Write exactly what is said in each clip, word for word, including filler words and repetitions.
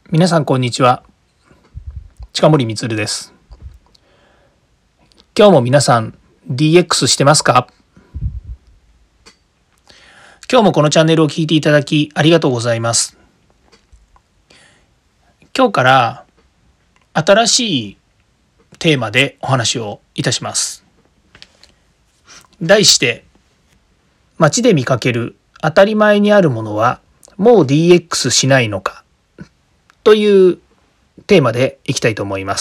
皆さんこんにちは。近森光です。今日も皆さん ディーエックス してますか？今日もこのチャンネルを聞いていただきありがとうございます。今日から新しいテーマでお話をいたします。題して、街で見かける当たり前にあるものはもう ディーエックス しないのかというテーマでいきたいと思います。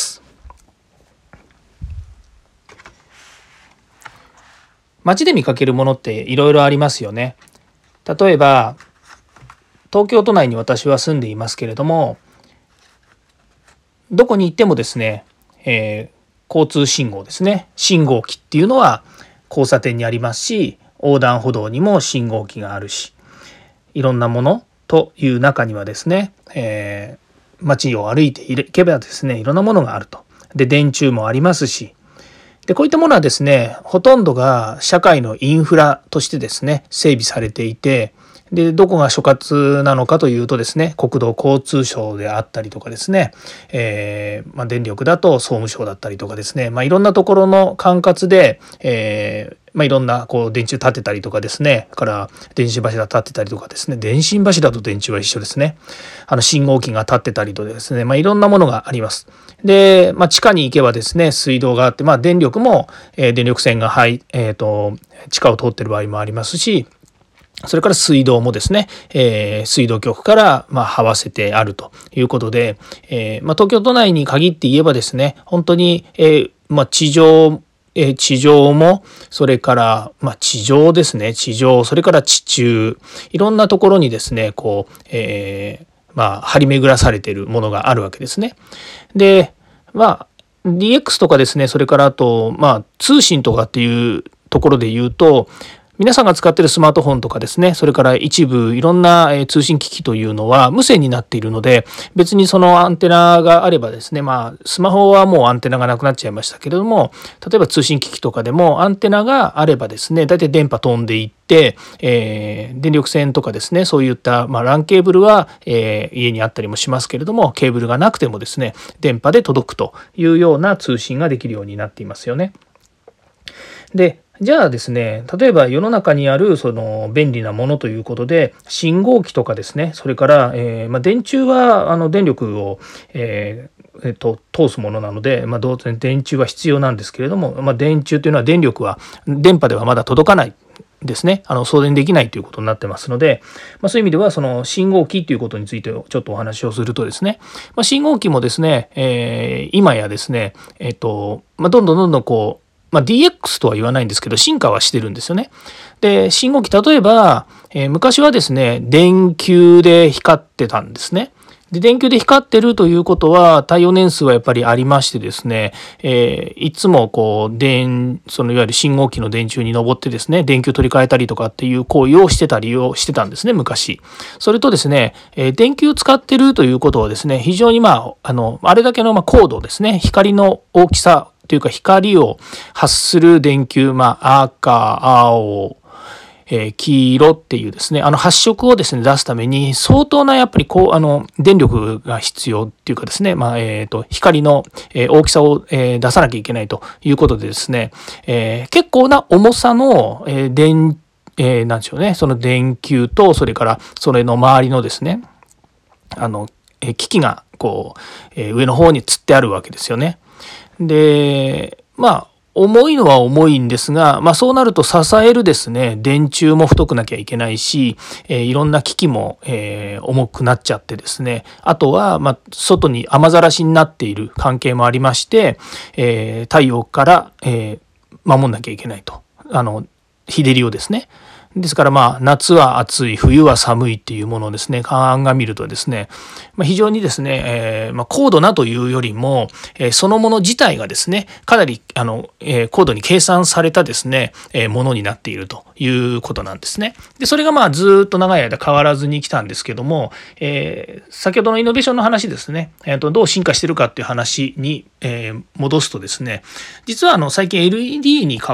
街で見かけるものっていろいろありますよね。例えば東京都内に私は住んでいますけれども、どこに行ってもですね、えー、交通信号ですね、信号機っていうのは交差点にありますし、横断歩道にも信号機があるし、いろんなものという中にはですね、えー街を歩いていけばですね、いろんなものがあると。で、電柱もありますし、で、こういったものはですね、ほとんどが社会のインフラとしてですね、整備されていて、で、どこが所轄なのかというとですね、国土交通省であったりとかですね、えーまあ、電力だと総務省だったりとかですね、まあ、いろんなところの管轄で、えーまあ、いろんなこう電柱立てたりとかですね、から電信柱立てたりとかですね、電信柱と電柱は一緒ですね。あの信号機が立ってたりとですね、まあ、いろんなものがあります。で、まあ、地下に行けばですね、水道があって、まあ、電力も、えー、電力線が入、えーと、地下を通っている場合もありますし、それから水道もですね、えー、水道局からまあ這わせてあるということで、えーまあ、東京都内に限って言えばですね、本当に、えーまあ、地上え地上も、それから、まあ、地上ですね、地上、それから地中、いろんなところにですね、こう、えー、まあ、張り巡らされているものがあるわけですね。で、まあ、ディーエックス とかですね、それからあと、まあ、通信とかっていうところで言うと、皆さんが使っているスマートフォンとかですね、それから一部いろんな通信機器というのは無線になっているので、別にそのアンテナがあればですね、まあスマホはもうアンテナがなくなっちゃいましたけれども、例えば通信機器とかでもアンテナがあればですね、大体電波飛んでいって、えー、電力線とかですね、そういった、まあ、ランケーブルは、えー、家にあったりもしますけれども、ケーブルがなくてもですね、電波で届くというような通信ができるようになっていますよね。で、じゃあですね、例えば世の中にあるその便利なものということで、信号機とかですね、それから、えーまあ、電柱はあの電力を、えーえっと、通すものなので、まあ、当然電柱は必要なんですけれども、まあ、電柱というのは電力は電波ではまだ届かないですね、あの送電できないということになってますので、まあ、そういう意味ではその信号機ということについてちょっとお話をするとですね、まあ、信号機もですね、えー、今やですね、えっとまあ、どんどんどんどんこうまあ、ディーエックス とは言わないんですけど、進化はしてるんですよね。で、信号機、例えば、えー、昔はですね、電球で光ってたんですね。で、電球で光ってるということは、耐用年数はやっぱりありましてですね、えー、いつもこう、電、そのいわゆる信号機の電柱に登ってですね、電球取り替えたりとかっていう行為をしてたりをしてたんですね、昔。それとですね、えー、電球を使ってるということはですね、非常にまあ、あの、あれだけのまあ高度ですね、光の大きさ、というか光を発する電球、まあ、赤、青、えー、黄色っていうですね、あの発色をですね、出すために相当なやっぱりこう、あの、電力が必要っていうかですね、まあ、えっと、光の大きさを出さなきゃいけないということでですね、えー、結構な重さの電、えー、なんでしょうね、その電球と、それからそれの周りのですね、あの、機器がこう、上の方に吊ってあるわけですよね。で、まあ、重いのは重いんですが、まあそうなると支えるですね、電柱も太くなきゃいけないし、えー、いろんな機器も、えー、重くなっちゃってですね、あとは、まあ、外に雨ざらしになっている関係もありまして、えー、太陽から、えー、守んなきゃいけないと。あの、日照りをですね。ですからまあ夏は暑い冬は寒いっていうものをですね鑑みるとですね、まあ、非常にですね、えーまあ、高度なというよりも、えー、そのもの自体がですねかなりあの、えー、高度に計算されたですね、えー、ものになっているということなんですね。でそれがまあずっと長い間変わらずに来たんですけども、えー、先ほどのイノベーションの話ですね、えー、とどう進化しているかっていう話に、えー、戻すとですね、実はあの最近 エルイーディー に変わって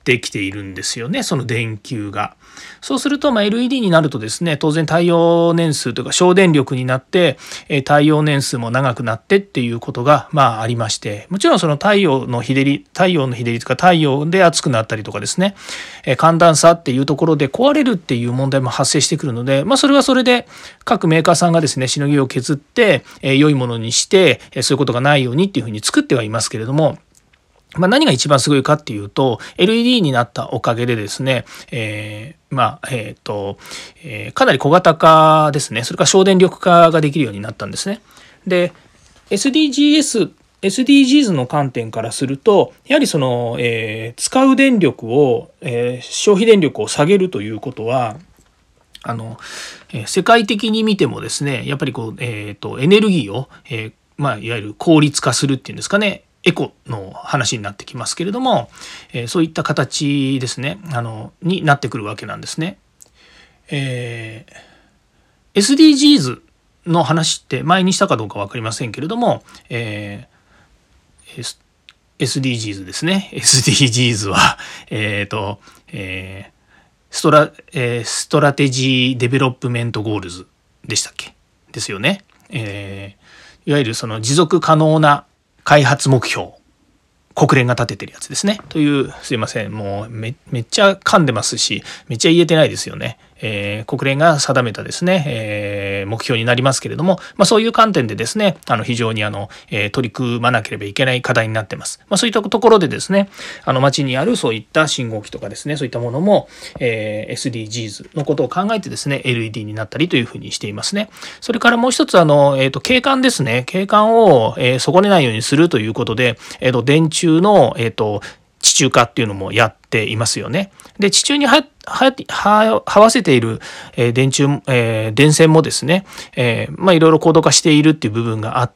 ってきているんですよね、その電球が。そうすると、まあ、エルイーディー になるとですね、当然耐用年数というか省電力になって、えー、耐用年数も長くなってっていうことがまあありまして、もちろんその太陽の日照り太陽の日照りとか太陽で熱くなったりとかですね、えー、寒暖差っていうところで壊れるっていう問題も発生してくるので、まあ、それはそれで各メーカーさんがですねしのぎを削って、えー、良いものにして、えー、そういうことがないようにっていうふうに作ってはいますけれども、まあ、何が一番すごいかっていうと エルイーディー になったおかげでですね、えー、まあえっ、ー、と、えー、かなり小型化ですね、それから省電力化ができるようになったんですね。で エスディージーエスエスディージーズ の観点からするとやはりその、えー、使う電力を、えー、消費電力を下げるということはあの、えー、世界的に見てもですねやっぱりこう、えー、とエネルギーを、えーまあ、いわゆる効率化するっていうんですかね、エコの話になってきますけれども、えー、そういった形ですねあのになってくるわけなんですね。えー、エスディージーズ の話って前にしたかどうか分かりませんけれども、えー、エスディージーズ ですね。エスディージーズ は、えーとえー、ストラ、えー、ストラテジーデベロップメントゴールズでしたっけですよね。えー、いわゆるその持続可能な開発目標、国連が立ててるやつですね。という、すいません、もう め, めっちゃ噛んでますし、めっちゃ言えてないですよね。えー、国連が定めたですね、えー、目標になりますけれども、まあ、そういう観点でですね、あの非常にあの、えー、取り組まなければいけない課題になってます。まあ、そういったところでですね、あの街にあるそういった信号機とかですね、そういったものも、えー、エスディージーズ のことを考えてですね、エルイーディー になったりというふうにしていますね。それからもう一つ、あの、えーと、景観ですね。景観を、えー、損ねないようにするということで、えーと、電柱の、えーと、地中化っていうのもやっていますよね。で、地中にははははわせている、えー、電柱、えー、電線もですね、えー、まあいろいろ高度化しているっていう部分があって、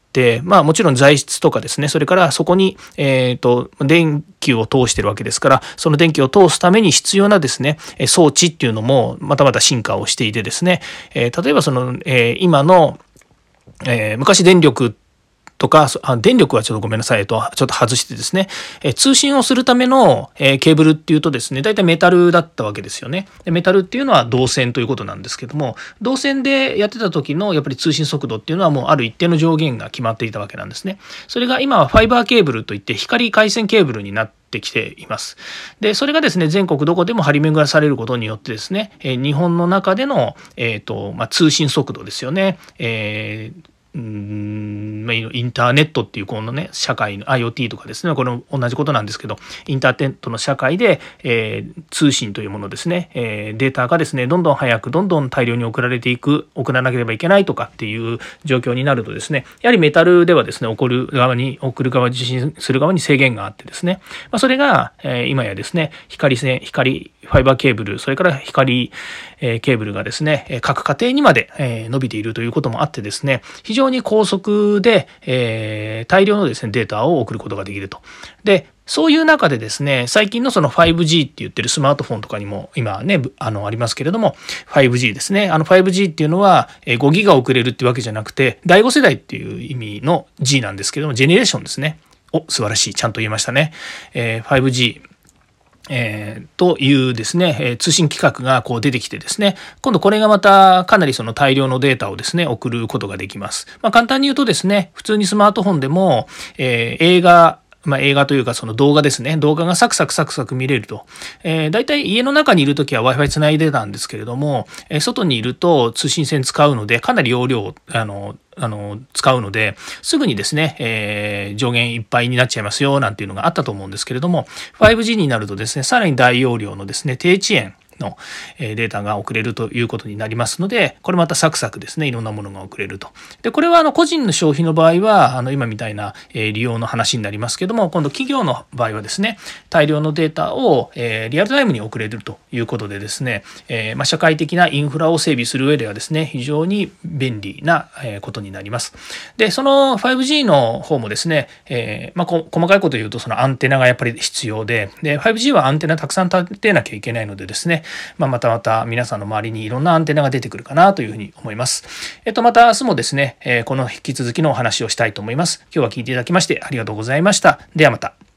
まあもちろん材質とかですね、それからそこに、えーと、電気を通してるわけですから、その電気を通すために必要なですね、装置っていうのもまたまた進化をしていてですね、えー、例えばその、えー、今の、えー、昔電力とか、あ、電力はちょっとごめんなさい、えっと、ちょっと外してですね、え通信をするための、えー、ケーブルっていうとですね、大体メタルだったわけですよね。でメタルっていうのは導線ということなんですけども、導線でやってた時のやっぱり通信速度っていうのはもうある一定の上限が決まっていたわけなんですね。それが今はファイバーケーブルといって光回線ケーブルになっててきています。でそれがですね全国どこでも張り巡らされることによってですね、えー、日本の中での、えーとまあ、通信速度ですよね、えーうーんインターネットっていうこのね社会の IoT とかですね、これも同じことなんですけど、インターネットの社会で、えー、通信というものですね、えー、データがですねどんどん早くどんどん大量に送られていく送らなければいけないとかっていう状況になるとですね、やはりメタルではですね送る側に送る側受信する側に制限があってですね、まあ、それが、えー、今やですね光線光ファイバーケーブル、それから光、えー、ケーブルがですね各家庭にまで、えー、伸びているということもあってですね、非常に高速で、えー、大量のですねデータを送ることができると。でそういう中でですね、最近のその ファイブジー って言ってるスマートフォンとかにも今ねあのありますけれども、 ファイブジー ですね。あの ファイブジー っていうのはごギガ送れるってわけじゃなくてだいご世代っていう意味の G なんですけども、ジェネレーションですね。お素晴らしい、ちゃんと言えましたね。えー、ファイブジーえー、というですね、えー、通信規格がこう出てきてですね、今度これがまたかなりその大量のデータをですね送ることができます。まあ、簡単に言うとですね、普通にスマートフォンでも、えー、映画まあ、映画というかその動画ですね、動画がサクサクサクサク見れると、えー、だいたい家の中にいるときは Wi-Fi つないでたんですけれども、えー、外にいると通信線使うのでかなり容量あのあの使うのですぐにですね、えー、上限いっぱいになっちゃいますよなんていうのがあったと思うんですけれども、 ファイブジー になるとですねさらに大容量のですね低遅延のデータが送れるということになりますので、これまたサクサクですねいろんなものが送れると。でこれはあの個人の消費の場合はあの今みたいな利用の話になりますけども、今度企業の場合はですね大量のデータをリアルタイムに送れるということでですね、えーまあ、社会的なインフラを整備する上ではですね非常に便利なことになります。でその ファイブジー の方もですね、えーまあ、こ細かいこと言うとそのアンテナがやっぱり必要で、で ファイブジー はアンテナたくさん立てなきゃいけないのでですね、まあ、またまた皆さんの周りにいろんなアンテナが出てくるかなというふうに思います。えっとまた明日もですね、えー、この引き続きのお話をしたいと思います。今日は聞いていただきましてありがとうございました。ではまた。